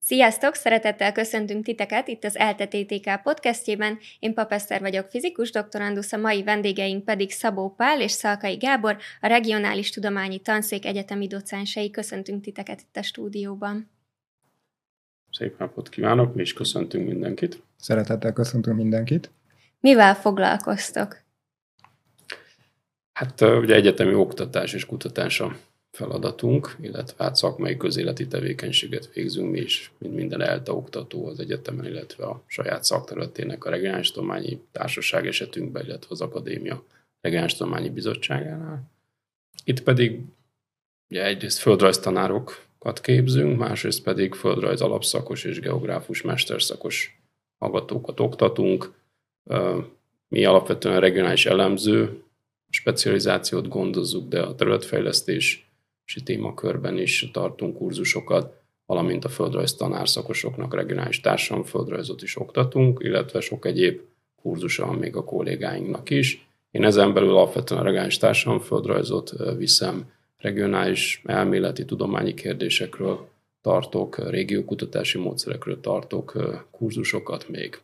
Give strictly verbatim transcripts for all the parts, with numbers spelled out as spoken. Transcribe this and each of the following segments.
Sziasztok! Szeretettel köszöntünk titeket itt az ELTE té té ká podcastjében. Én Pap Eszter vagyok, fizikus doktorandusz, a mai vendégeink pedig Szabó Pál és Szalkai Gábor, a Regionális Tudományi Tanszék egyetemi docensei. Köszöntünk titeket itt a stúdióban. Szép napot kívánok, mi is köszöntünk mindenkit. Szeretettel köszöntünk mindenkit. Mivel foglalkoztok? Hát ugye egyetemi oktatás és kutatás a feladatunk, illetve hát szakmai közéleti tevékenységet végzünk mi is, mint minden ELTE oktató az egyetemen, illetve a saját szakterületének a Regionális Tudományi Társaság esetünkben, illetve az Akadémia Regionális Tudományi Bizottságánál. Itt pedig ugye egyrészt földrajztanárokat képzünk, másrészt pedig földrajz alapszakos és geográfus mesterszakos hallgatókat oktatunk. Mi alapvetően a regionális elemző specializációt gondozzuk, de a területfejlesztési témakörben is tartunk kurzusokat, valamint a földrajz tanárszakosoknak regionális társadalomföldrajzot is oktatunk, illetve sok egyéb kurzusa van még a kollégáinknak is. Én ezen belül alapvetően a regionális társadalomföldrajzot viszem, regionális elméleti tudományi kérdésekről tartok, régiókutatási módszerekről tartok kurzusokat még.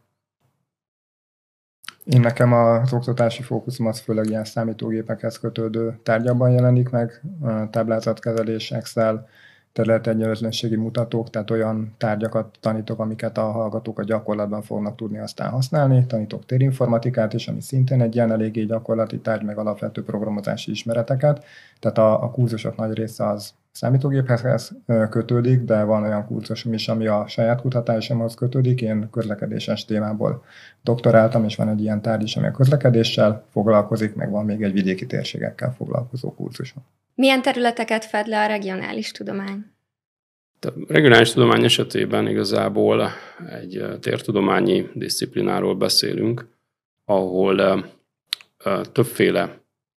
Én nekem az oktatási fókuszom az főleg ilyen számítógépekhez kötődő tárgyakban jelenik meg, táblázatkezelés, Excel, területegyenlőtlenségi mutatók, tehát olyan tárgyakat tanítok, amiket a hallgatók a gyakorlatban fognak tudni aztán használni. Tanítok térinformatikát is, ami szintén egy ilyen eléggé gyakorlati tárgy, meg alapvető programozási ismereteket. Tehát a, a kurzusok nagy része az számítógéphez kötődik, de van olyan kurzusom is, ami a saját kutatásomhoz kötődik. Én közlekedéses témából doktoráltam, és van egy ilyen tárgy is, ami a közlekedéssel foglalkozik, meg van még egy vidéki térségekkel foglalkozó kurzusom. Milyen területeket fed le a regionális tudomány? A regionális tudomány esetében igazából egy tértudományi diszciplináról beszélünk, ahol többféle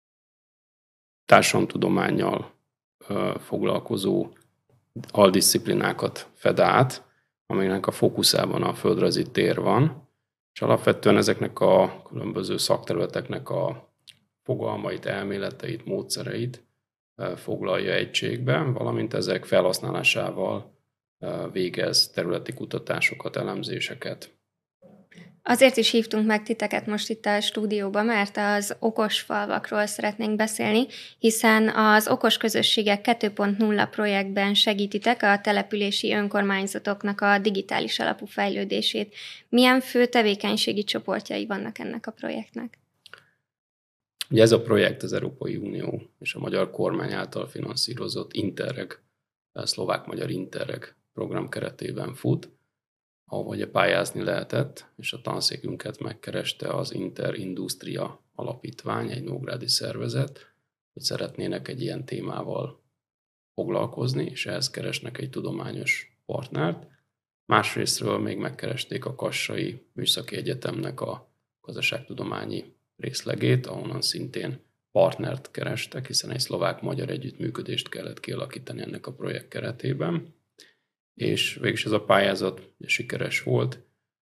társadalomtudománnyal foglalkozó aldisziplinákat fed át, amelynek a fókuszában a földrajzi tér van, és alapvetően ezeknek a különböző szakterületeknek a fogalmait, elméleteit, módszereit foglalja egységbe, valamint ezek felhasználásával végez területi kutatásokat, elemzéseket. Azért is hívtunk meg titeket most itt a stúdióba, mert az okos falvakról szeretnénk beszélni, hiszen az okos közösségek kettő pont nulla projektben segítitek a települési önkormányzatoknak a digitális alapú fejlődését. Milyen fő tevékenységi csoportjai vannak ennek a projektnek? Ugye ez a projekt az Európai Unió és a magyar kormány által finanszírozott Interreg, a szlovák-magyar Interreg program keretében fut, ahogy pályázni lehetett, és a tanszékünket megkereste az Interindustria Alapítvány, egy nógrádi szervezet, hogy szeretnének egy ilyen témával foglalkozni, és ehhez keresnek egy tudományos partnert. Másrésztről még megkeresték a Kassai Műszaki Egyetemnek a gazdaságtudományi részlegét, ahonnan szintén partnert kerestek, hiszen egy szlovák-magyar együttműködést kellett kialakítani ennek a projekt keretében. És végülis ez a pályázat sikeres volt,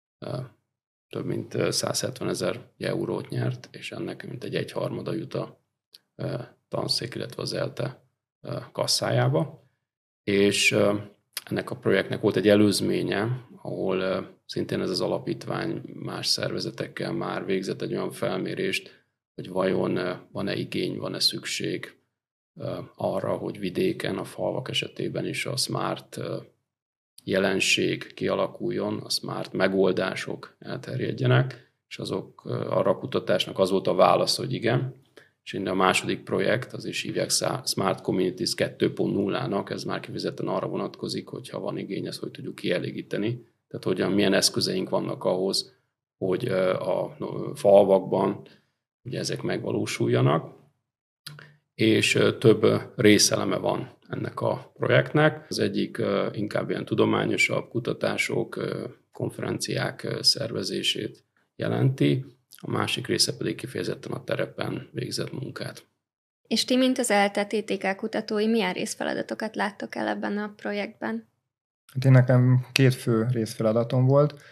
több mint száz hetven ezer eurót nyert, és ennek mint egy egyharmada jut a tanszék, illetve az ELTE kasszájába. És ennek a projektnek volt egy előzménye, ahol szintén ez az alapítvány más szervezetekkel már végzett egy olyan felmérést, hogy vajon van-e igény, van-e szükség arra, hogy vidéken, a falvak esetében is a smart jelenség kialakuljon, a smart megoldások elterjedjenek, és azok arra a kutatásnak az volt a válasz, hogy igen. És innen a második projekt, az is hívják Smart Communities kettő pont nullának, ez már kifejezetten arra vonatkozik, hogyha van igény, ezt hogy tudjuk kielégíteni. Tehát hogyan, milyen eszközeink vannak ahhoz, hogy a falvakban ugye ezek megvalósuljanak. És több részeleme van ennek a projektnek. Az egyik inkább ilyen tudományosabb kutatások, konferenciák szervezését jelenti, a másik része pedig kifejezetten a terepen végzett munkát. És ti, mint az ELTE té té ká kutatói, milyen részfeladatokat láttok el ebben a projektben? Hát én nekem két fő részfeladatom volt.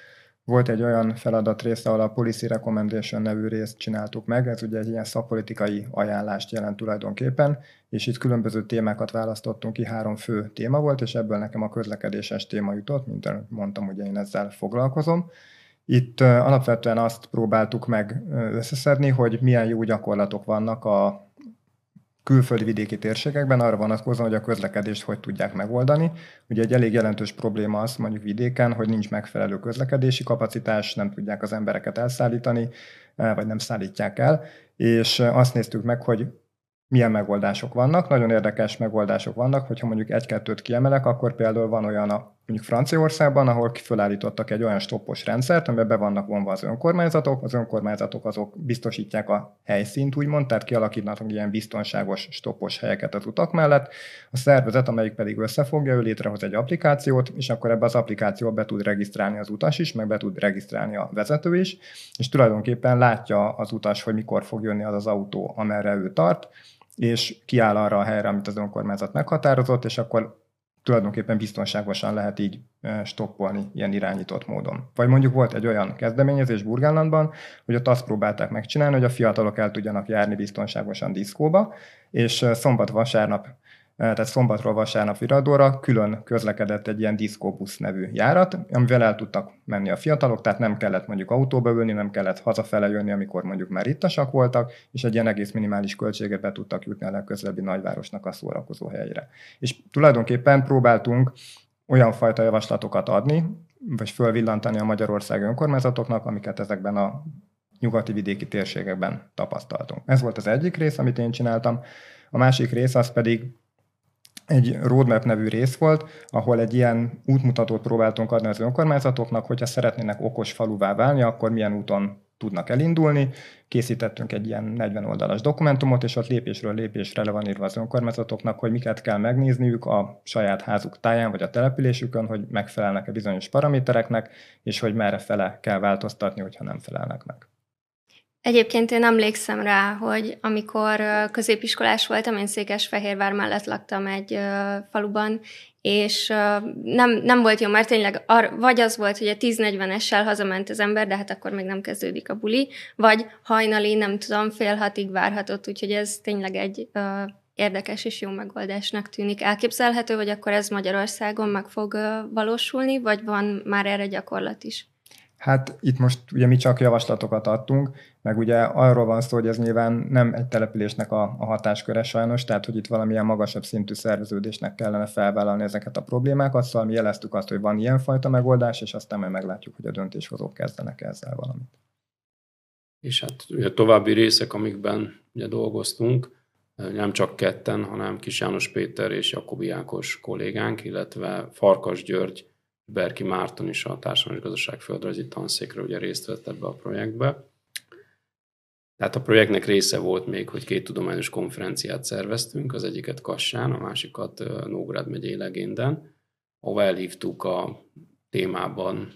Volt egy olyan feladatrész, ahol a Policy Recommendation nevű részt csináltuk meg, ez ugye egy ilyen szakpolitikai ajánlást jelent tulajdonképpen, és itt különböző témákat választottunk ki, három fő téma volt, és ebből nekem a közlekedéses téma jutott, mint mondtam, ugye én ezzel foglalkozom. Itt alapvetően azt próbáltuk meg összeszedni, hogy milyen jó gyakorlatok vannak a külföldi vidéki térségekben arra vonatkozóan, hogy a közlekedést hogy tudják megoldani. Ugye egy elég jelentős probléma az mondjuk vidéken, hogy nincs megfelelő közlekedési kapacitás, nem tudják az embereket elszállítani, vagy nem szállítják el, és azt néztük meg, hogy milyen megoldások vannak. Nagyon érdekes megoldások vannak, hogyha mondjuk egy-kettőt kiemelek, akkor például van olyan a mondjuk Franciaországban, ahol fölállítottak egy olyan stoppos rendszert, amiben be vannak vonva az önkormányzatok. Az önkormányzatok azok biztosítják a helyszínt, úgymond, tehát kialakítanak ilyen biztonságos stoppos helyeket az utak mellett. A szervezet, amelyik pedig összefogja, ő létrehoz egy applikációt, és akkor ebbe az applikációba be tud regisztrálni az utas is, meg be tud regisztrálni a vezető is, és tulajdonképpen látja az utas, hogy mikor fog jönni az az autó, amerre ő tart, és kiáll arra a helyre, amit az önkormányzat meghatározott, és akkor tulajdonképpen biztonságosan lehet így stoppolni ilyen irányított módon. Vagy mondjuk volt egy olyan kezdeményezés Burgenlandban, hogy ott azt próbálták megcsinálni, hogy a fiatalok el tudjanak járni biztonságosan diszkóba, és szombat-vasárnap, tehát szombatról vasárnap viradóra külön közlekedett egy ilyen diszkóbusz nevű járat, amivel el tudtak menni a fiatalok, tehát nem kellett mondjuk autóba ülni, nem kellett hazafele jönni, amikor mondjuk már ittasak voltak, és egy ilyen egész minimális költséget be tudtak jutni a legközelebbi nagyvárosnak a szórakozó helyére. És tulajdonképpen próbáltunk olyan fajta javaslatokat adni, vagy fölvillantani a Magyarország önkormányzatoknak, amiket ezekben a nyugati vidéki térségekben tapasztaltunk. Ez volt az egyik rész, amit én csináltam. A másik rész az pedig egy roadmap nevű rész volt, ahol egy ilyen útmutatót próbáltunk adni az önkormányzatoknak, hogyha szeretnének okos faluvá válni, akkor milyen úton tudnak elindulni. Készítettünk egy ilyen negyven oldalas dokumentumot, és ott lépésről lépésre le van írva az önkormányzatoknak, hogy miket kell megnézniük a saját házuk táján, vagy a településükön, hogy megfelelnek-e bizonyos paramétereknek, és hogy merre fele kell változtatni, hogyha nem felelnek meg. Egyébként én emlékszem rá, hogy amikor középiskolás voltam, én Székesfehérvár mellett laktam egy faluban, és nem, nem volt jó, mert tényleg ar, vagy az volt, hogy a tíz negyvenessel hazament az ember, de hát akkor még nem kezdődik a buli, vagy hajnali, nem tudom, fél hatig várhatott, úgyhogy ez tényleg egy uh, érdekes és jó megoldásnak tűnik. Elképzelhető, hogy akkor ez Magyarországon meg fog uh, valósulni, vagy van már erre gyakorlat is? Hát itt most ugye mi csak javaslatokat adtunk, meg ugye arról van szó, hogy ez nyilván nem egy településnek a, a hatásköre sajnos, tehát hogy itt valamilyen magasabb szintű szerveződésnek kellene felvállalni ezeket a problémákat, szóval mi jeleztük azt, hogy van ilyenfajta megoldás, és aztán majd meglátjuk, hogy a döntéshozók kezdenek ezzel valamit. És hát ugye további részek, amikben ugye dolgoztunk, nem csak ketten, hanem Kis János Péter és Jakobi Ákos kollégánk, illetve Farkas György, Berki Márton is a Társadalmi Gazdaság földrajzi tanszékre ugye részt vett ebbe a projektbe. Tehát a projektnek része volt még, hogy két tudományos konferenciát szerveztünk, az egyiket Kassán, a másikat Nógrád megyei Legénden, ahol elhívtuk a témában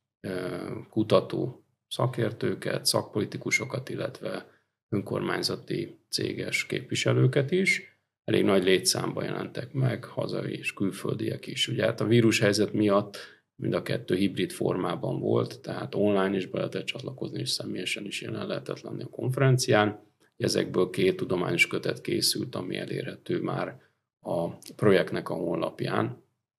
kutató szakértőket, szakpolitikusokat, illetve önkormányzati céges képviselőket is. Elég nagy létszámban jelentek meg, hazai és külföldiek is. Ugye hát a vírushelyzet miatt mind a kettő hibrid formában volt, tehát online is be lehetett csatlakozni, és személyesen is jelen lehetett lenni a konferencián. Ezekből két tudományos kötet készült, ami elérhető már a projektnek a honlapján.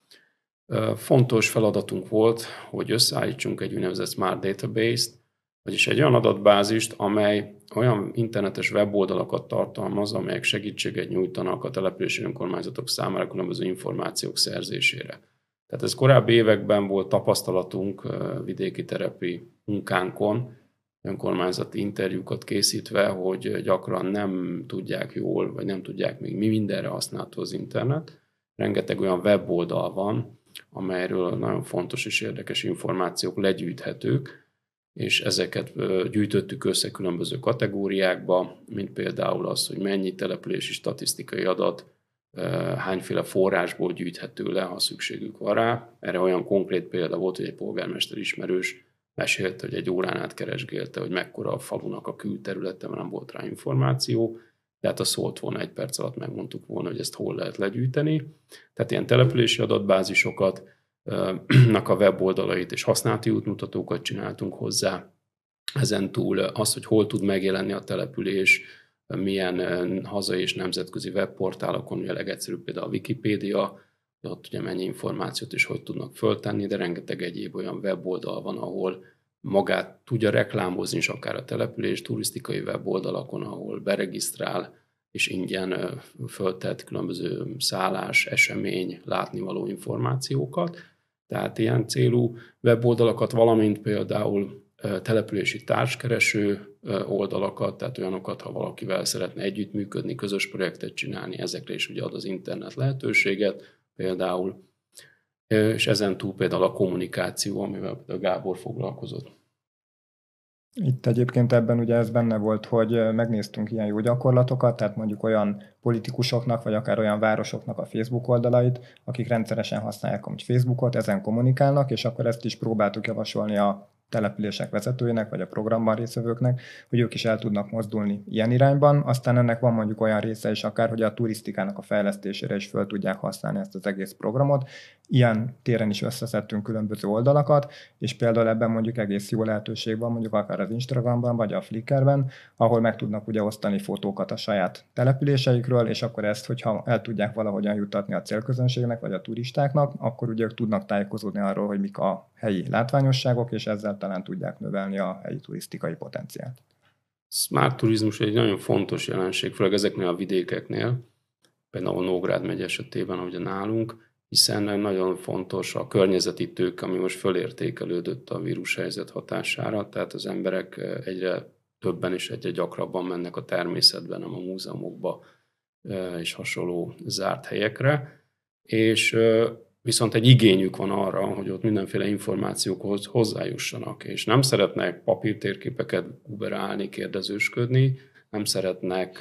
Fontos feladatunk volt, hogy összeállítsunk egy úgynevezett Smart Database-t, vagyis egy olyan adatbázist, amely olyan internetes weboldalakat tartalmaz, amelyek segítséget nyújtanak a települési önkormányzatok számára különböző információk szerzésére. Tehát ez korábbi években volt tapasztalatunk vidéki terepi munkánkon, önkormányzati interjúkat készítve, hogy gyakran nem tudják jól, vagy nem tudják még mi mindenre használható az internet. Rengeteg olyan weboldal van, amelyről nagyon fontos és érdekes információk legyűjthetők, és ezeket gyűjtöttük össze különböző kategóriákba, mint például az, hogy mennyi települési statisztikai adat, hányféle forrásból gyűjthető le, ha szükségük van rá. Erre olyan konkrét példa volt, hogy egy polgármester ismerős mesélte, hogy egy órán át keresgélte, hogy mekkora a falunak a külterülete, mert nem volt rá információ, de hát a szólt volna egy perc alatt megmondtuk volna, hogy ezt hol lehet legyűjteni. Tehát ilyen települési adatbázisokat, nak a weboldalait és használati útmutatókat csináltunk hozzá. Ezen túl az, hogy hol tud megjelenni a település, milyen hazai és nemzetközi webportálokon, ugye a legegyszerűbb például a Wikipédia, ott ugye mennyi információt is hogy tudnak föltenni, de rengeteg egyéb olyan weboldal van, ahol magát tudja reklámozni is akár a település, turisztikai weboldalakon, ahol beregisztrál és ingyen föltett különböző szállás, esemény, látnivaló információkat. Tehát ilyen célú weboldalakat, valamint például települési társkereső oldalakat, tehát olyanokat, ha valakivel szeretne együttműködni, közös projektet csinálni, ezekre is ugye ad az internet lehetőséget például, és ezen túl például a kommunikáció, amivel a Gábor foglalkozott. Itt egyébként ebben ugye ez benne volt, hogy megnéztünk ilyen jó gyakorlatokat, tehát mondjuk olyan politikusoknak, vagy akár olyan városoknak a Facebook oldalait, akik rendszeresen használják a Facebookot, ezen kommunikálnak, és akkor ezt is próbáltuk javasolni a települések vezetőinek, vagy a programban résztvevőknek, hogy ők is el tudnak mozdulni ilyen irányban. Aztán ennek van mondjuk olyan része is akár, hogy a turisztikának a fejlesztésére is föl tudják használni ezt az egész programot. Ilyen téren is összeszedtünk különböző oldalakat, és például ebben mondjuk egész jó lehetőség van, mondjuk akár az Instagramban, vagy a Flickrben, ahol meg tudnak ugye osztani fotókat a saját településeikről, és akkor ezt, hogyha el tudják valahogyan juttatni a célközönségnek, vagy a turistáknak, akkor ugye ők tudnak tájékozódni arról, hogy mik a helyi látványosságok, és ezzel talán tudják növelni a helyi turisztikai potenciált. Smart turizmus egy nagyon fontos jelenség, főleg ezeknél a vidékeknél, például Nógrád megye esetében, ahogy nálunk, hiszen nagyon fontos a környezeti tőke, ami most fölértékelődött a vírushelyzet hatására, tehát az emberek egyre többen és egyre gyakrabban mennek a természetben, nem a múzeumokba és hasonló zárt helyekre, és viszont egy igényük van arra, hogy ott mindenféle információkhoz hozzájussanak, és nem szeretnek papírtérképeket uberálni, kérdezősködni, nem szeretnek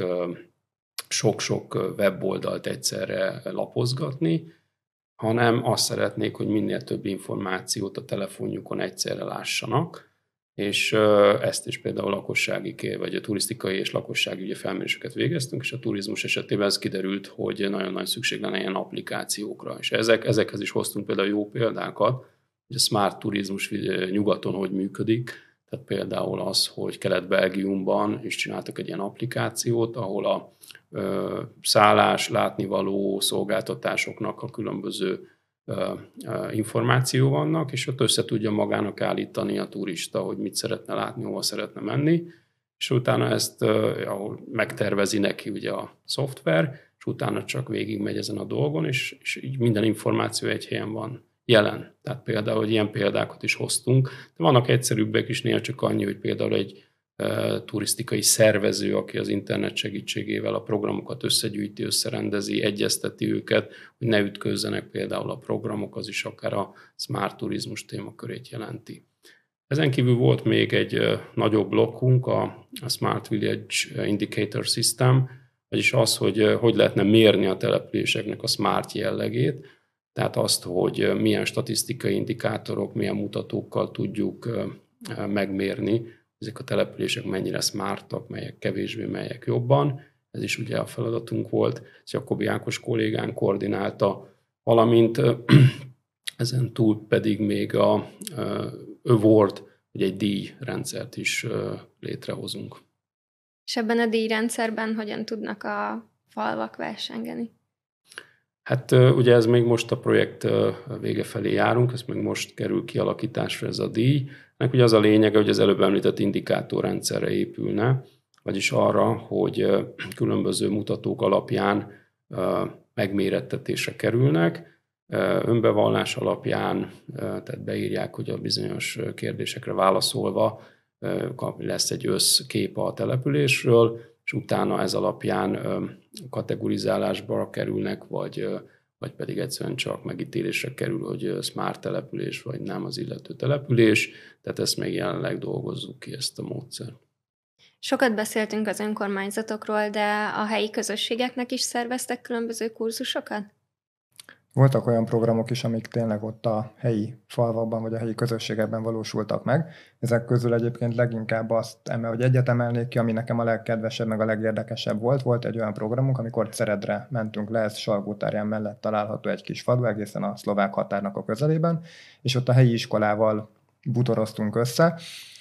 sok-sok weboldalt egyszerre lapozgatni, hanem azt szeretnék, hogy minél több információt a telefonjukon egyszerre lássanak, és ezt is például a lakossági, vagy a turisztikai és lakossági ugye felméréseket végeztünk, és a turizmus esetében ez kiderült, hogy nagyon nagy szükség lenne ilyen applikációkra, és ezek, ezekhez is hoztunk például jó példákat, hogy a smart turizmus nyugaton hogy működik, tehát például az, hogy Kelet-Belgiumban is csináltak egy ilyen applikációt, ahol a ö, szállás, látnivaló szolgáltatásoknak a különböző ö, ö, információ vannak, és ott össze tudja magának állítani a turista, hogy mit szeretne látni, hova szeretne menni, és utána ezt ö, ahol megtervezi neki ugye a szoftver, és utána csak végigmegy ezen a dolgon, és, és így minden információ egy helyen van jelen. Tehát például, hogy ilyen példákat is hoztunk, de vannak egyszerűbbek is, néha csak annyi, hogy például egy e, turisztikai szervező, aki az internet segítségével a programokat összegyűjti, összerendezi, egyezteti őket, hogy ne ütközzenek például a programok, az is akár a smart turizmus témakörét jelenti. Ezen kívül volt még egy e, nagyobb blokkunk, a, a Smart Village Indicator System, vagyis az, hogy e, hogy lehetne mérni a településeknek a smart jellegét, tehát azt, hogy milyen statisztikai indikátorok, milyen mutatókkal tudjuk megmérni, ezek a települések mennyire smartak, melyek kevésbé, melyek jobban. Ez is ugye a feladatunk volt. Ez Jakobi Ákos kollégán koordinálta, valamint ezen túl pedig még a award, vagy egy díjrendszert is létrehozunk. És ebben a díjrendszerben hogyan tudnak a falvak versengeni? Hát ugye ez még most a projekt vége felé járunk, ez még most kerül kialakításra ez a díj. Ennek ugye az a lényege, hogy az előbb említett indikátorrendszerre épülne, vagyis arra, hogy különböző mutatók alapján megmérettetésre kerülnek, önbevallás alapján, tehát beírják, hogy a bizonyos kérdésekre válaszolva lesz egy összkép a településről, és utána ez alapján kategorizálásba kerülnek, vagy, vagy pedig egyszerűen csak megítélésre kerül, hogy smart település, vagy nem az illető település, tehát ezt még jelenleg dolgozzuk ki, ezt a módszert. Sokat beszéltünk az önkormányzatokról, de a helyi közösségeknek is szerveztek különböző kurzusokat? Voltak olyan programok is, amik tényleg ott a helyi falvakban vagy a helyi közösségekben valósultak meg. Ezek közül egyébként leginkább azt emel, hogy egyet emelnék ki, ami nekem a legkedvesebb, meg a legérdekesebb volt. Volt egy olyan programunk, amikor Ceredre mentünk le, ez Salgótarján mellett található egy kis falu, egészen a szlovák határnak a közelében, és ott a helyi iskolával butoroztunk össze.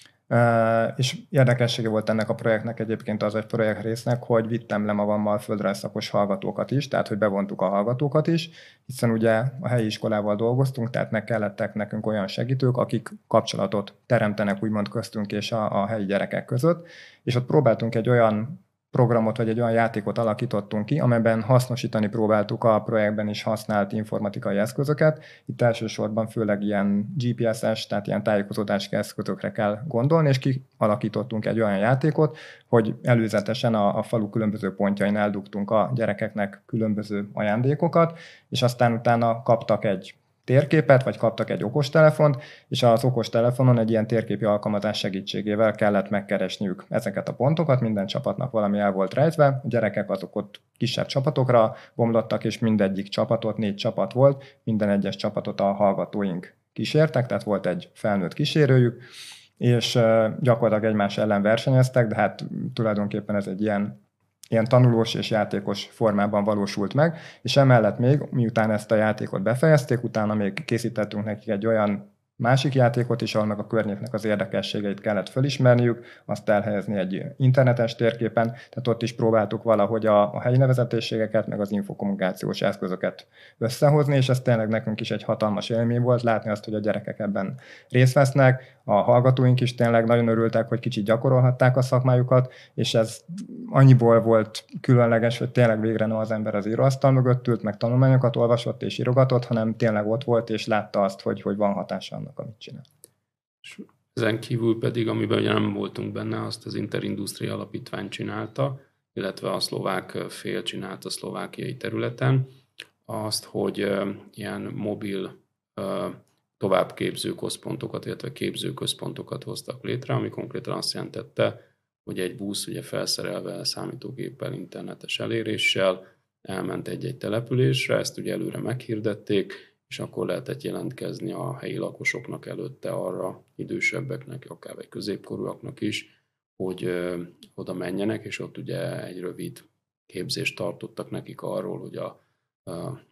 Uh, és érdekessége volt ennek a projektnek egyébként az egy projekt résznek, hogy vittem le magammal földrajzszakos hallgatókat is, tehát hogy bevontuk a hallgatókat is, hiszen ugye a helyi iskolával dolgoztunk, tehát meg kellettek nekünk olyan segítők, akik kapcsolatot teremtenek úgymond köztünk és a, a helyi gyerekek között, és ott próbáltunk egy olyan programot vagy egy olyan játékot alakítottunk ki, amelyben hasznosítani próbáltuk a projektben is használt informatikai eszközöket. Itt elsősorban főleg ilyen gé pé es-es, tehát ilyen tájékozódási eszközökre kell gondolni, és kialakítottunk egy olyan játékot, hogy előzetesen a, a falu különböző pontjain eldugtunk a gyerekeknek különböző ajándékokat, és aztán utána kaptak egy térképet, vagy kaptak egy okostelefont, és az okostelefonon egy ilyen térképi alkalmazás segítségével kellett megkeresniük ezeket a pontokat, minden csapatnak valami el volt rejtve, a gyerekek azok ott kisebb csapatokra bomlottak, és mindegyik csapatot, négy csapat volt, minden egyes csapatot a hallgatóink kísértek, tehát volt egy felnőtt kísérőjük, és gyakorlatilag egymás ellen versenyeztek, de hát tulajdonképpen ez egy ilyen ilyen tanulós és játékos formában valósult meg, és emellett még, miután ezt a játékot befejezték, utána még készítettünk nekik egy olyan másik játékot is, ahol meg a környéknek az érdekességeit kellett fölismerniük, azt elhelyezni egy internetes térképen, tehát ott is próbáltuk valahogy a, a helyi nevezetességeket, meg az infokommunikációs eszközöket összehozni, és ez tényleg nekünk is egy hatalmas élmény volt, látni azt, hogy a gyerekek ebben részt vesznek, a hallgatóink is tényleg nagyon örültek, hogy kicsit gyakorolhatták a szakmájukat, és ez annyiból volt különleges, hogy tényleg végre nem az ember az íróasztal mögött ült, meg tanulmányokat olvasott és írogatott, hanem tényleg ott volt, és látta azt, hogy, hogy van hatása annak, amit csinál. Ezen kívül pedig, amiben ugye nem voltunk benne, azt az Interindustria Alapítvány csinálta, illetve a szlovák fél csinálta a szlovákiai területen, azt, hogy ilyen mobil továbbképző központokat, illetve képzőközpontokat hoztak létre, ami konkrétan azt jelentette, hogy egy busz ugye felszerelve számítógéppel, internetes eléréssel elment egy-egy településre, ezt ugye előre meghirdették, és akkor lehetett jelentkezni a helyi lakosoknak előtte arra, idősebbeknek, akár egy középkorúaknak is, hogy ö, oda menjenek, és ott ugye egy rövid képzést tartottak nekik arról, hogy a, a,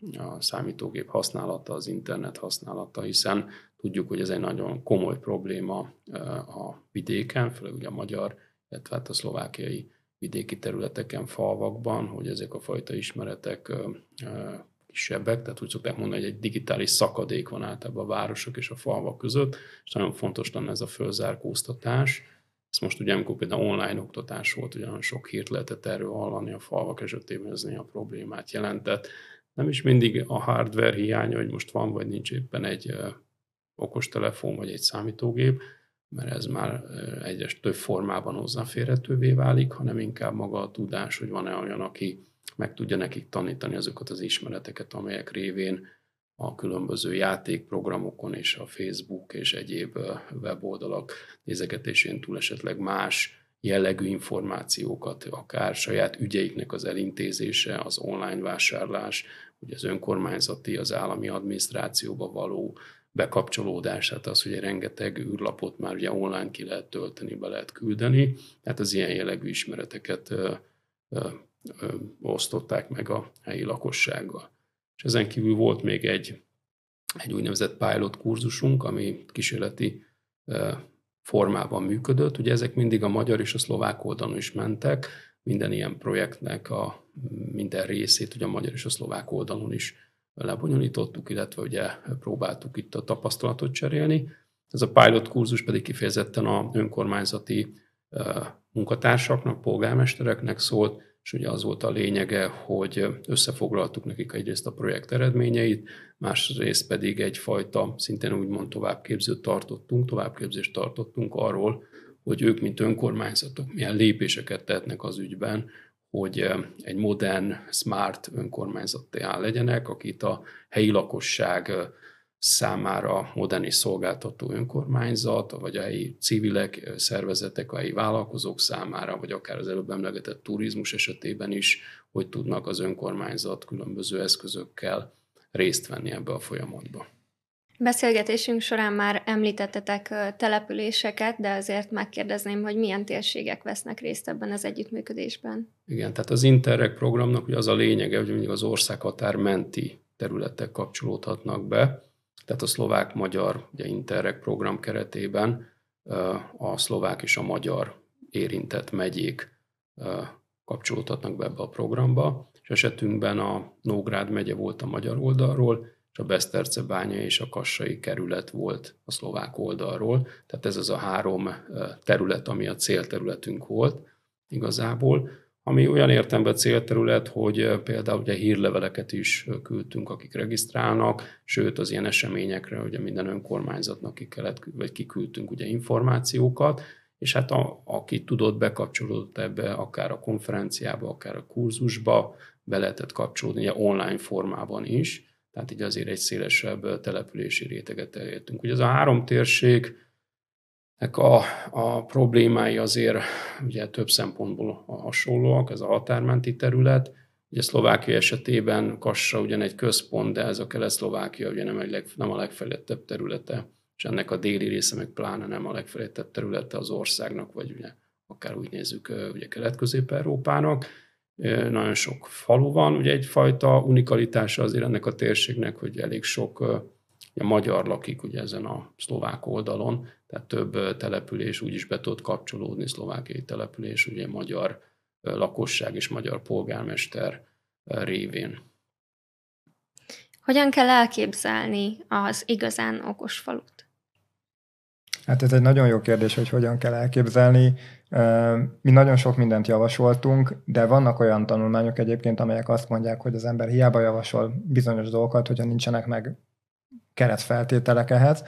a számítógép használata, az internet használata, hiszen tudjuk, hogy ez egy nagyon komoly probléma ö, a vidéken, főleg ugye a magyar, illetve hát a szlovákiai vidéki területeken, falvakban, hogy ezek a fajta ismeretek ö, ö, kisebbek, tehát úgy szokták mondani, hogy egy digitális szakadék van általában a városok és a falvak között, és nagyon fontos lenne ez a fölzárkóztatás. Ez most ugye, amikor például online oktatás volt, ugye nagyon sok hírt lehetett erről hallani, a falvak esetében ez a problémát jelentett. Nem is mindig a hardware hiánya, hogy most van vagy nincs éppen egy uh, okostelefon vagy egy számítógép, mert ez már uh, egyre több formában hozzáférhetővé válik, hanem inkább maga a tudás, hogy van-e olyan, aki meg tudja nekik tanítani azokat az ismereteket, amelyek révén a különböző játékprogramokon és a Facebook és egyéb weboldalak nézegetésén túl esetleg más jellegű információkat, akár saját ügyeiknek az elintézése, az online vásárlás, ugye az önkormányzati, az állami adminisztrációba való bekapcsolódás, tehát az, hogy rengeteg űrlapot már ugye online ki lehet tölteni, be lehet küldeni, tehát az ilyen jellegű ismereteket ö, ö, ö, osztották meg a helyi lakossággal. És ezen kívül volt még egy, egy úgynevezett pilot kurzusunk, ami kísérleti ö, formában működött. Ugye ezek mindig a magyar és a szlovák oldalon is mentek, minden ilyen projektnek a minden részét ugye a magyar és a szlovák oldalon is lebonyolítottuk, illetve ugye próbáltuk itt a tapasztalatot cserélni. Ez a pilot kurzus pedig kifejezetten a önkormányzati munkatársaknak, polgármestereknek szólt, és ugye az volt a lényege, hogy összefoglaltuk nekik egyrészt a projekt eredményeit, másrészt pedig egyfajta, szintén úgymond továbbképzőt tartottunk, továbbképzést tartottunk arról, hogy ők, mint önkormányzatok, milyen lépéseket tehetnek az ügyben, hogy egy modern, smart önkormányzattá legyenek, akit a helyi lakosság számára modern és szolgáltató önkormányzat, vagy a helyi civilek, szervezetek, a helyi vállalkozók számára, vagy akár az előbb emlegetett turizmus esetében is, hogy tudnak az önkormányzat különböző eszközökkel részt venni ebbe a folyamatba. Beszélgetésünk során már említettetek településeket, de azért megkérdezném, hogy milyen térségek vesznek részt ebben az együttműködésben. Igen, tehát az Interreg programnak ugye az a lényege, hogy mondjuk az országhatár menti területek kapcsolódhatnak be, tehát a szlovák-magyar ugye Interreg program keretében a szlovák és a magyar érintett megyék kapcsolódhatnak be ebbe a programba, és esetünkben a Nógrád megye volt a magyar oldalról, és a Besztercebánya és a Kassai kerület volt a szlovák oldalról. Tehát ez az a három terület, ami a célterületünk volt igazából, ami olyan értelemben célterület, hogy például ugye hírleveleket is küldtünk, akik regisztrálnak, sőt az ilyen eseményekre ugye minden önkormányzatnak ki kellett, vagy kiküldtünk ugye információkat, és hát a, aki tudott, bekapcsolódott ebbe, akár a konferenciába, akár a kurzusba, be lehetett kapcsolódni ugye online formában is, tehát így azért egy szélesebb települési réteget elértünk. Ugye ez a három térségnek a, a problémái azért ugye több szempontból hasonlóak, ez a határmenti terület. Ugye Szlovákia esetében Kassa ugyan egy központ, de ez a Kelet-Szlovákia ugye nem, egy leg, nem a legfejlettebb területe, és ennek a déli része meg pláne nem a legfejlettebb területe az országnak, vagy ugye akár úgy nézzük ugye Kelet-Közép-Európának. Nagyon sok falu van, ugye egyfajta unikalitása azért ennek a térségnek, hogy elég sok ugye, magyar lakik ugye ezen a szlovák oldalon, tehát több település úgy is be tud kapcsolódni, szlovákiai település, ugye magyar lakosság és magyar polgármester révén. Hogyan kell elképzelni az igazán okos falut? Hát ez egy nagyon jó kérdés, hogy hogyan kell elképzelni. Mi nagyon sok mindent javasoltunk, de vannak olyan tanulmányok egyébként, amelyek azt mondják, hogy az ember hiába javasol bizonyos dolgokat, hogyha nincsenek meg keretfeltételek ehhez.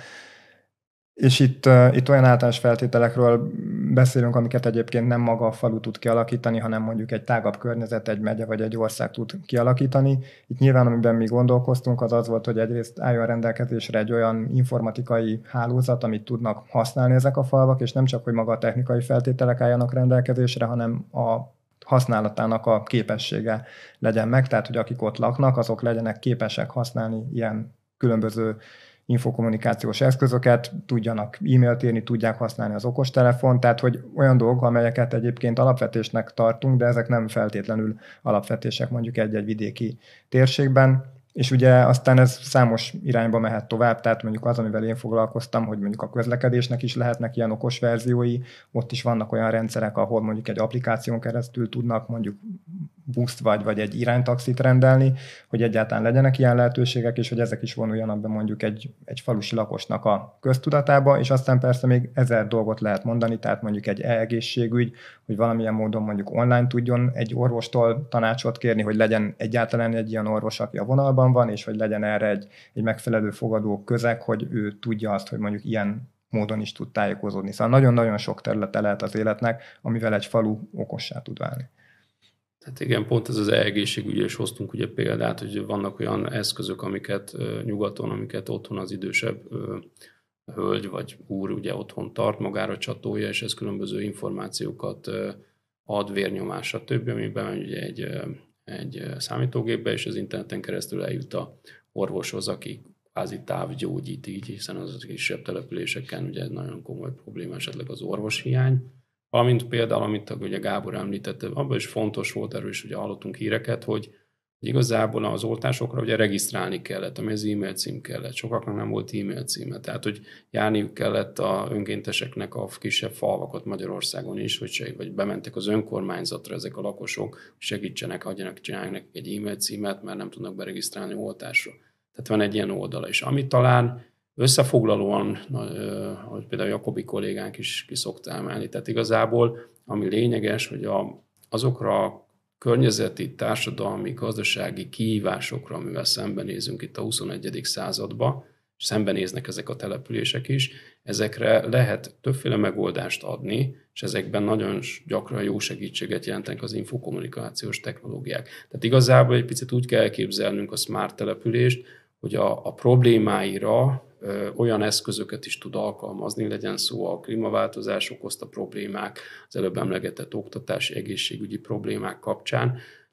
És itt, itt olyan általános feltételekről beszélünk, amiket egyébként nem maga a falu tud kialakítani, hanem mondjuk egy tágabb környezet, egy megye vagy egy ország tud kialakítani. Itt nyilván, amiben mi gondolkoztunk, az az volt, hogy egyrészt álljon rendelkezésre egy olyan informatikai hálózat, amit tudnak használni ezek a falvak, és nem csak, hogy maga a technikai feltételek álljanak rendelkezésre, hanem a használatának a képessége legyen meg, tehát hogy akik ott laknak, azok legyenek képesek használni ilyen különböző infokommunikációs eszközöket, tudjanak e-mailt írni, tudják használni az okostelefont, tehát hogy olyan dolgok, amelyeket egyébként alapvetésnek tartunk, de ezek nem feltétlenül alapvetések mondjuk egy-egy vidéki térségben. És ugye aztán ez számos irányba mehet tovább, tehát mondjuk az, amivel én foglalkoztam, hogy mondjuk a közlekedésnek is lehetnek ilyen okos verziói, ott is vannak olyan rendszerek, ahol mondjuk egy applikáción keresztül tudnak mondjuk buszt vagy, vagy egy iránytaxit rendelni, hogy egyáltalán legyenek ilyen lehetőségek, és hogy ezek is vonuljanak be mondjuk egy, egy falusi lakosnak a köztudatába, és aztán persze még ezer dolgot lehet mondani, tehát mondjuk egy e-egészségügy, hogy valamilyen módon mondjuk online tudjon egy orvostól tanácsot kérni, hogy legyen egyáltalán egy ilyen orvos, aki a vonalban van, és hogy legyen erre egy, egy megfelelő fogadó közeg, hogy ő tudja azt, hogy mondjuk ilyen módon is tud tájékozódni. Szóval nagyon-nagyon sok területe lehet az életnek, amivel egy falu okossá tud válni. Tehát igen, pont ez az e-egészségügyre is hoztunk ugye példát, hogy vannak olyan eszközök, amiket nyugaton, amiket otthon az idősebb hölgy vagy úr ugye otthon tart, magára csatolja, és ez különböző információkat ad, vérnyomás, stb., amiben ugye egy, egy számítógépbe, és az interneten keresztül eljut a orvoshoz, aki kvázi távgyógyít így, hiszen az kisebb településeken ugye nagyon komoly probléma esetleg az orvoshiány. Valamint például, amit ugye Gábor említette, abban is fontos volt, erről is ugye hallottunk híreket, hogy igazából az oltásokra ugye regisztrálni kellett, ami az e-mail cím kellett. Sokaknak nem volt e-mail címe, tehát hogy járniuk kellett a önkénteseknek a kisebb falvakat Magyarországon is, hogy seg, vagy bementek az önkormányzatra ezek a lakosok, hogy segítsenek, adjanak, csinálják egy e-mail címet, mert nem tudnak beregisztrálni oltásra. Tehát van egy ilyen oldala is, ami talán összefoglalóan, hogy például Jakobi kollégánk is ki szokta emelni, tehát igazából ami lényeges, hogy a, azokra a környezeti, társadalmi, gazdasági kihívásokra, amivel szembenézünk itt a huszonegyedik században, és szembenéznek ezek a települések is, ezekre lehet többféle megoldást adni, és ezekben nagyon gyakran jó segítséget jelentenek az infokommunikációs technológiák. Tehát igazából egy picit úgy kell elképzelnünk a smart települést, hogy a, a problémáira ö, olyan eszközöket is tud alkalmazni, legyen szó a klímaváltozás okozta problémák, az előbb emlegetett oktatási, egészségügyi problémák kapcsán,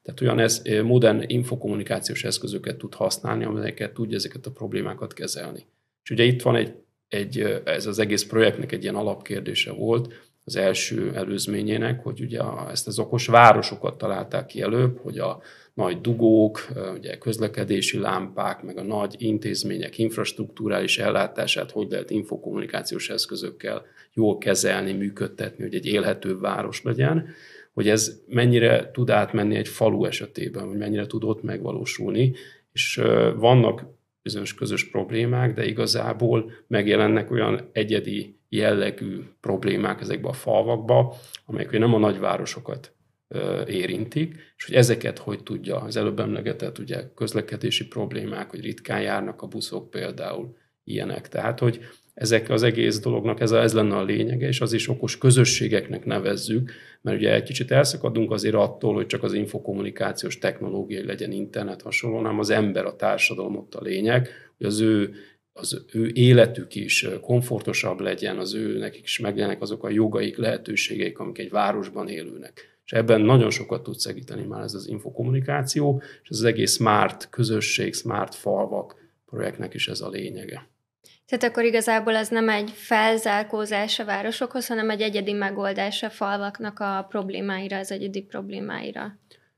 Tehát olyan ez, modern infokommunikációs eszközöket tud használni, amelyeket tudja ezeket a problémákat kezelni. És ugye itt van egy, egy ez az egész projektnek egy ilyen alapkérdése volt, az első előzményének, hogy ugye ezt az okos városokat találták ki előbb, hogy a nagy dugók, ugye közlekedési lámpák, meg a nagy intézmények infrastruktúrális ellátását hogy lehet infokommunikációs eszközökkel jól kezelni, működtetni, hogy egy élhető város legyen, hogy ez mennyire tud átmenni egy falu esetében, vagy mennyire tud ott megvalósulni, és vannak bizonyos közös problémák, de igazából megjelennek olyan egyedi jellegű problémák ezekbe a falvakba, amelyek nem a nagyvárosokat érintik, és hogy ezeket hogy tudja, az előbb emlegetett ugye közlekedési problémák, hogy ritkán járnak a buszok például ilyenek. Tehát, hogy ezek az egész dolognak ez, a, ez lenne a lényege, és az is okos közösségeknek nevezzük, mert ugye egy kicsit elszakadunk azért attól, hogy csak az infokommunikációs technológia legyen internet hasonló, hanem az ember, a társadalom ott a lényeg, hogy az ő az ő életük is komfortosabb legyen, az ő nekik is megjelennek azok a jogaik, lehetőségeik, amik egy városban élőnek. És ebben nagyon sokat tud segíteni már ez az infokommunikáció, és az egész smart közösség, smart falvak projektnek is ez a lényege. Tehát akkor igazából ez nem egy felzárkózás a városokhoz, hanem egy egyedi megoldás a falvaknak a problémáira, az egyedi problémáira.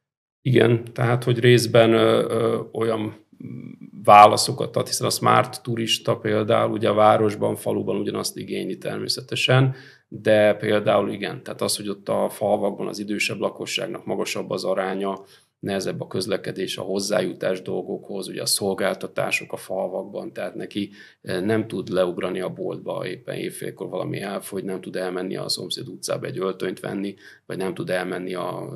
Igen, tehát hogy részben ö, ö, olyan válaszokat ad, hiszen a smart turista például ugye a városban, faluban ugyanazt igényli természetesen, de például igen, tehát az, hogy ott a falvakban az idősebb lakosságnak magasabb az aránya, nehezebb a közlekedés, a hozzájutás dolgokhoz, ugye a szolgáltatások a falvakban, tehát neki nem tud leugrani a boltba éppen évfélkor valami elfogy, nem tud elmenni a szomszéd utcába egy öltönyt venni, vagy nem tud elmenni a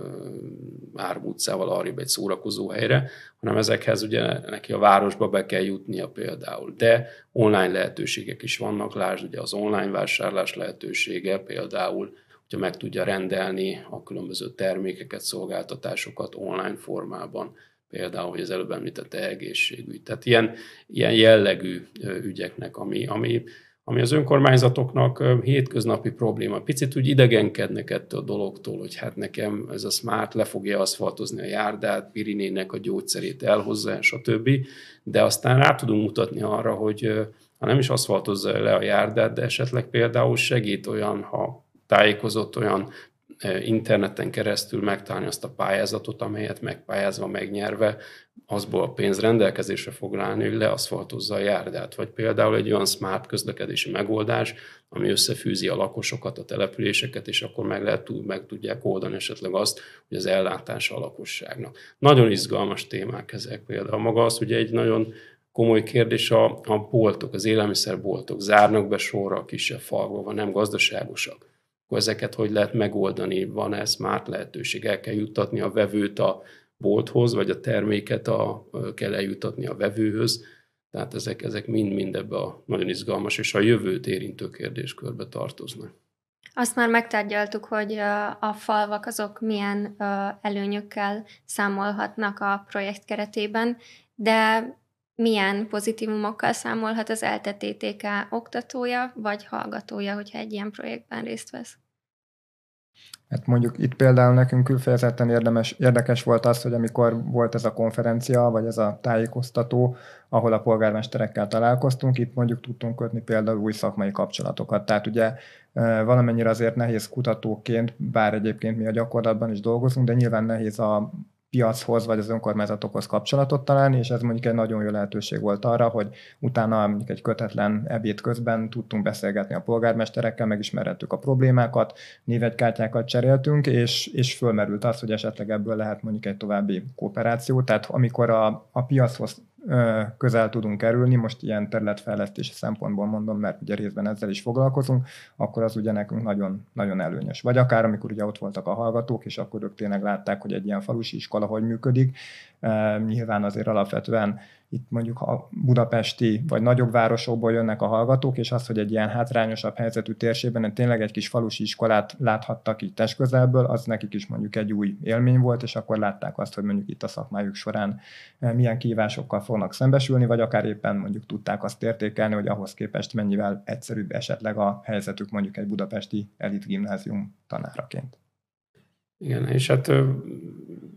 Árom utcával arrébb egy szórakozó helyre, hanem ezekhez ugye neki a városba be kell jutnia például. De online lehetőségek is vannak, lásd ugye az online vásárlás lehetősége például, hogyha meg tudja rendelni a különböző termékeket, szolgáltatásokat online formában, például, hogy az előbb említette egészségügy. Tehát ilyen, ilyen jellegű ügyeknek, ami, ami, ami az önkormányzatoknak hétköznapi probléma. Picit úgy idegenkednek ettől a dologtól, hogy hát nekem ez a smart le fogja aszfaltozni a járdát, Pirinének a gyógyszerét elhozza, stb. De aztán rá tudunk mutatni arra, hogy ha nem is aszfaltozza le a járdát, de esetleg például segít olyan, ha tájékozott olyan interneten keresztül megtalálni azt a pályázatot, amelyet megpályázva, megnyerve, azból a pénz rendelkezésre fog állni, hogy leaszfaltozza a járdát. Vagy például egy olyan smart közlekedési megoldás, ami összefűzi a lakosokat, a településeket, és akkor meg, lehet, meg tudják oldani esetleg azt, hogy az ellátása a lakosságnak. Nagyon izgalmas témák ezek például. Maga az ugye egy nagyon komoly kérdés a, a boltok, az élelmiszerboltok. Zárnak be sorra a kisebb falvakban, nem gazdaságosak. Akkor ezeket hogy lehet megoldani, van-e smart lehetőség, el kell juttatni a vevőt a bolthoz, vagy a terméket a, kell eljuttatni a vevőhöz. Tehát ezek, ezek mind-mind ebbe a nagyon izgalmas és a jövőt érintő kérdéskörbe tartoznak. Azt már megtárgyaltuk, hogy a falvak azok milyen előnyökkel számolhatnak a projekt keretében, de milyen pozitívumokkal számolhat az ELTE té té ká oktatója vagy hallgatója, hogyha egy ilyen projektben részt vesz? Hát mondjuk itt például nekünk kifejezetten érdemes, érdekes volt az, hogy amikor volt ez a konferencia, vagy ez a tájékoztató, ahol a polgármesterekkel találkoztunk, itt mondjuk tudtunk kötni például új szakmai kapcsolatokat. Tehát ugye valamennyire azért nehéz kutatóként, bár egyébként mi a gyakorlatban is dolgozunk, de nyilván nehéz a piachoz vagy az önkormányzatokhoz kapcsolatot találni, és ez mondjuk egy nagyon jó lehetőség volt arra, hogy utána mondjuk egy kötetlen ebéd közben tudtunk beszélgetni a polgármesterekkel, megismerhettük a problémákat, névegykártyákat cseréltünk, és, és fölmerült az, hogy esetleg ebből lehet mondjuk egy további kooperáció. Tehát amikor a, a piachoz közel tudunk kerülni, most ilyen területfejlesztési szempontból mondom, mert ugye részben ezzel is foglalkozunk, akkor az ugye nekünk nagyon, nagyon előnyös. Vagy akár amikor ugye ott voltak a hallgatók, és akkor ők tényleg látták, hogy egy ilyen falusi iskola hogy működik. Nyilván azért alapvetően itt mondjuk a budapesti vagy nagyobb városokból jönnek a hallgatók, és az, hogy egy ilyen hátrányosabb helyzetű térségben tényleg egy kis falusi iskolát láthattak így testközelből, az nekik is mondjuk egy új élmény volt, és akkor látták azt, hogy mondjuk itt a szakmájuk során milyen kihívásokkal fognak szembesülni, vagy akár éppen mondjuk tudták azt értékelni, hogy ahhoz képest mennyivel egyszerűbb esetleg a helyzetük mondjuk egy budapesti elit gimnázium tanáraként. Igen, és hát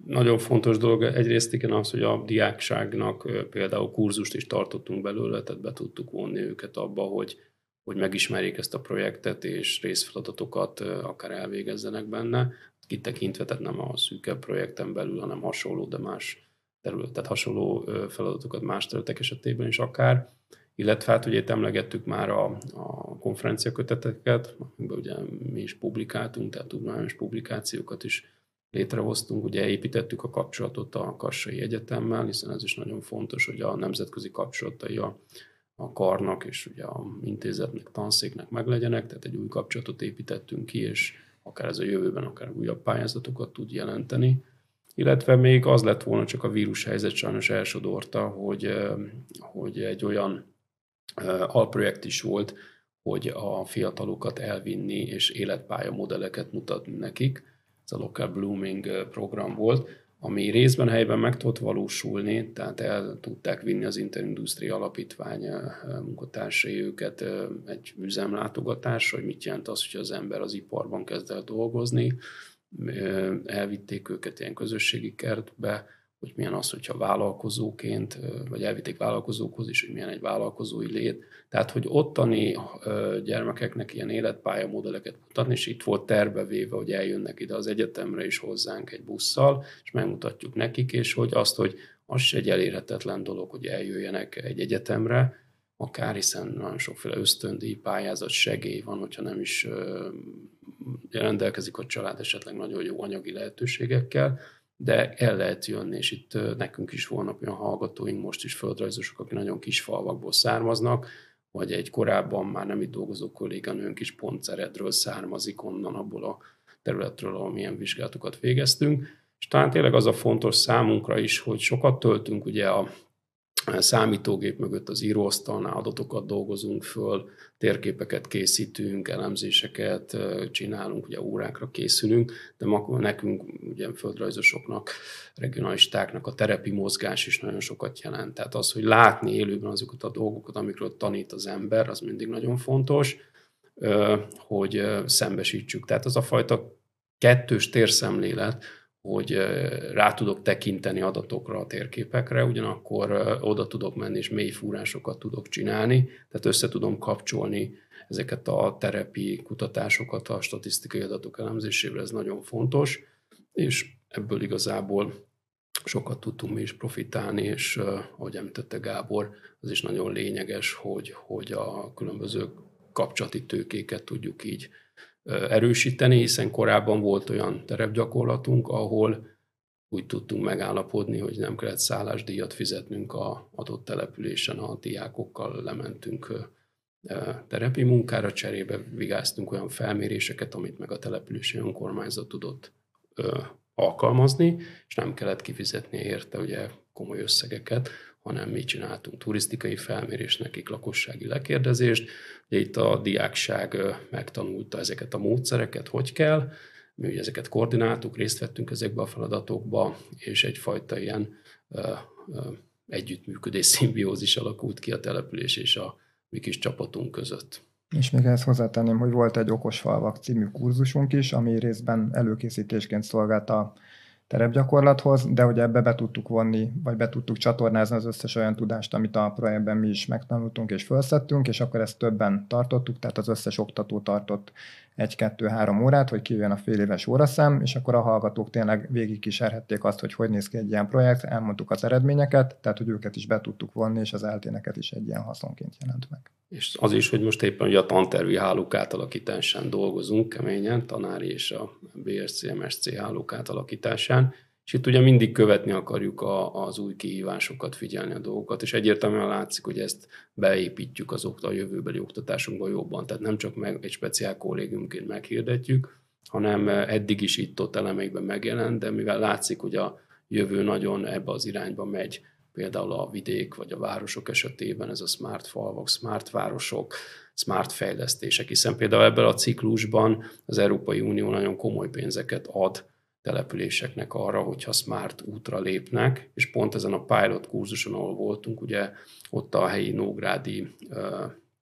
nagyon fontos dolog egyrészt igen az, hogy a diákságnak például kurzust is tartottunk belőle, tehát be tudtuk vonni őket abba, hogy, hogy megismerjék ezt a projektet, és részfeladatokat akár elvégezzenek benne, kitekintve, tehát nem a szűkebb projekten belül, hanem hasonló, de más terület, tehát hasonló feladatokat más területek esetében is akár. Illetve hát ugye itt emlegettük már a, a konferenciaköteteket, amiben ugye mi is publikáltunk, tehát tudományos publikációkat is létrehoztunk, ugye építettük a kapcsolatot a Kassai Egyetemmel, hiszen ez is nagyon fontos, hogy a nemzetközi kapcsolatai a, a karnak és ugye a intézetnek, tanszéknek meglegyenek, tehát egy új kapcsolatot építettünk ki, és akár ez a jövőben, akár újabb pályázatokat tud jelenteni. Illetve még az lett volna, csak a vírushelyzet sajnos elsodorta, hogy, hogy egy olyan alprojekt is volt, hogy a fiatalokat elvinni és életpálya modelleket mutatni nekik. Ez a Local Blooming program volt, ami részben helyben meg tudott valósulni, tehát el tudták vinni az Interindustria Alapítvány munkatársai őket egy üzemlátogatásra, hogy mit jelent az, hogy az ember az iparban kezd el dolgozni. Elvitték őket ilyen közösségi kertbe, hogy milyen az, hogyha vállalkozóként, vagy elvitték vállalkozókhoz is, hogy milyen egy vállalkozói lét. Tehát, hogy ottani gyermekeknek ilyen életpálya modelleket mutatni, és itt volt tervevéve, hogy eljönnek ide az egyetemre is hozzánk egy busszal, és megmutatjuk nekik, és hogy azt, hogy az se egy elérhetetlen dolog, hogy eljöjjenek egy egyetemre, akár, hiszen nagyon sokféle ösztöndíj, pályázat, segély van, hogyha nem is rendelkezik a család esetleg nagyon jó anyagi lehetőségekkel, de el lehet jönni, és itt nekünk is vannak olyan hallgatóink, most is földrajzosok, akik nagyon kis falvakból származnak, vagy egy korábban már nem itt dolgozó kolléganőnk is Pontszeredről származik, onnan abból a területről, ahol milyen vizsgálatokat végeztünk. És talán tényleg az a fontos számunkra is, hogy sokat töltünk ugye a számítógép mögött az íróasztalnál, adatokat dolgozunk föl, térképeket készítünk, elemzéseket csinálunk, ugye órákra készülünk, de nekünk, ugye földrajzosoknak, regionalistáknak a terepi mozgás is nagyon sokat jelent. Tehát az, hogy látni élőben azokat a dolgokat, amikről tanít az ember, az mindig nagyon fontos, hogy szembesítsük. Tehát az a fajta kettős térszemlélet, hogy rá tudok tekinteni adatokra, a térképekre, ugyanakkor oda tudok menni, és mély fúrásokat tudok csinálni, tehát össze tudom kapcsolni ezeket a terepi kutatásokat a statisztikai adatok elemzésével, ez nagyon fontos, és ebből igazából sokat tudtunk mi is profitálni, és ahogy említette Gábor, az is nagyon lényeges, hogy, hogy a különböző kapcsolati tőkéket tudjuk így erősíteni, hiszen korábban volt olyan terepgyakorlatunk, ahol úgy tudtunk megállapodni, hogy nem kellett szállásdíjat fizetnünk a adott településen, a diákokkal lementünk terepi munkára, cserébe vigáztunk olyan felméréseket, amit meg a települési önkormányzat tudott alkalmazni, és nem kellett kifizetni érte ugye komoly összegeket, hanem mi csináltunk turisztikai felmérést, nekik lakossági lekérdezést. Ugye itt a diákság megtanulta ezeket a módszereket, hogy kell, mi ugye ezeket koordináltuk, részt vettünk ezekbe a feladatokba, és egyfajta ilyen ö, ö, együttműködés, szimbiózis alakult ki a település és a mi kis csapatunk között. És még ehhez hozzátenném, hogy volt egy Okos falvak című kurzusunk is, ami részben előkészítésként szolgált a terepgyakorlathoz, de hogy ebbe be tudtuk vonni, vagy be tudtuk csatornázni az összes olyan tudást, amit a projektben mi is megtanultunk és felszettünk, és akkor ezt többen tartottuk, tehát az összes oktató tartott egy-kettő-három órát, hogy kijöjjön a fél éves óraszám, és akkor a hallgatók tényleg végigkísérhették azt, hogy hogy néz ki egy ilyen projekt, elmondtuk az eredményeket, tehát hogy őket is be tudtuk vonni, és az elténeket is egy ilyen haszonként jelent meg. És az is, hogy most éppen ugye a tantervi hálók átalakításán dolgozunk keményen, tanári és a bé es cé em es cé hálók átalakításán, és itt ugye mindig követni akarjuk a, az új kihívásokat, figyelni a dolgokat, és egyértelműen látszik, hogy ezt beépítjük az a jövőbeli oktatásunkba jobban, tehát nem csak meg egy speciál kollégiumként meghirdetjük, hanem eddig is itt-ott elemeikben megjelent, de mivel látszik, hogy a jövő nagyon ebbe az irányba megy, például a vidék vagy a városok esetében ez a smart falvak, smart városok, smart fejlesztések, hiszen például ebben a ciklusban az Európai Unió nagyon komoly pénzeket ad településeknek arra, hogyha smart útra lépnek, és pont ezen a pilot kurzuson, ahol voltunk, ugye ott a helyi nógrádi uh,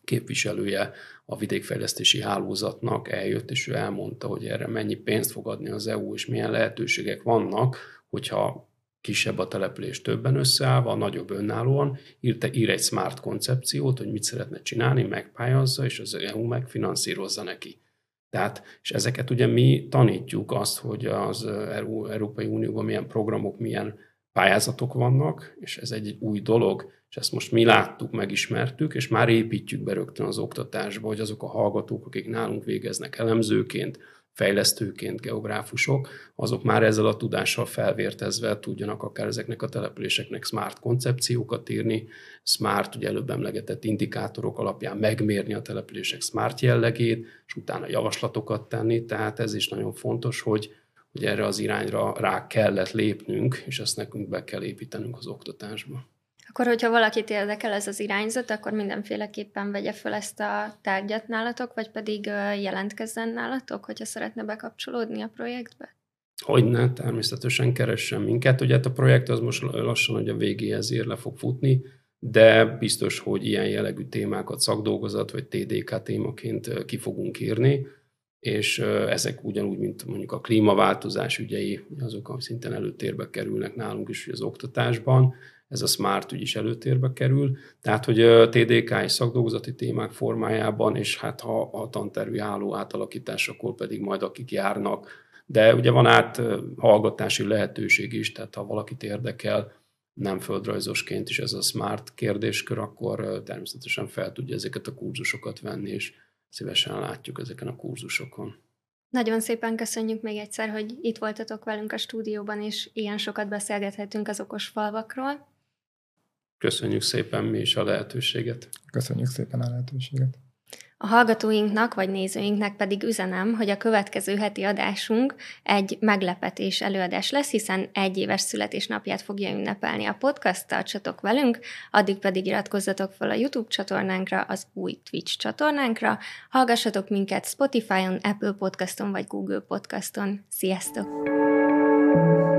képviselője a vidékfejlesztési hálózatnak eljött, és ő elmondta, hogy erre mennyi pénzt fog adni az é u, és milyen lehetőségek vannak, hogyha kisebb a település többen összeállva, nagyobb önállóan, ír, ír egy smart koncepciót, hogy mit szeretne csinálni, megpályázza, és az é u megfinanszírozza neki. Tehát, és ezeket ugye mi tanítjuk azt, hogy az Európai Unióban milyen programok, milyen pályázatok vannak, és ez egy, egy új dolog, és ezt most mi láttuk, megismertük, és már építjük be rögtön az oktatásba, hogy azok a hallgatók, akik nálunk végeznek elemzőként, fejlesztőként, geográfusok, azok már ezzel a tudással felvértezve tudjanak akár ezeknek a településeknek smart koncepciókat írni, smart, ugye előbb emlegetett indikátorok alapján megmérni a települések smart jellegét, és utána javaslatokat tenni, tehát ez is nagyon fontos, hogy, hogy erre az irányra rá kellett lépnünk, és ezt nekünk be kell építenünk az oktatásba. Akkor, hogyha valakit érdekel ez az irányzat, akkor mindenféleképpen vegye fel ezt a tárgyat nálatok, vagy pedig jelentkezzen nálatok, hogyha szeretne bekapcsolódni a projektbe? Hogyne, természetesen keressen minket. Ugye a projekt az most lassan hogy a végéhez ér, le fog futni, de biztos, hogy ilyen jellegű témákat szakdolgozat vagy té dé ká témaként ki fogunk írni, és ezek ugyanúgy, mint mondjuk a klímaváltozás ügyei, azok, amik szintén előtérbe kerülnek nálunk is az oktatásban, ez a smart ügy is előtérbe kerül, tehát hogy té dé ká és szakdolgozati témák formájában, és hát ha a tantervi háló átalakításakor pedig majd akik járnak, de ugye van áthallgatási lehetőség is, tehát ha valakit érdekel, nem földrajzosként is ez a smart kérdéskör, akkor természetesen fel tudja ezeket a kurzusokat venni, és szívesen látjuk ezeken a kurzusokon. Nagyon szépen köszönjük még egyszer, hogy itt voltatok velünk a stúdióban, és ilyen sokat beszélgethetünk az okos falvakról. Köszönjük szépen mi is a lehetőséget. Köszönjük szépen a lehetőséget. A hallgatóinknak vagy nézőinknek pedig üzenem, hogy a következő heti adásunk egy meglepetés előadás lesz, hiszen egy éves születésnapját fogja ünnepelni a podcast, tartsatok velünk, addig pedig iratkozzatok fel a YouTube csatornánkra, az új Twitch csatornánkra, hallgassatok minket Spotify-on, Apple Podcaston vagy Google Podcaston. Sziasztok!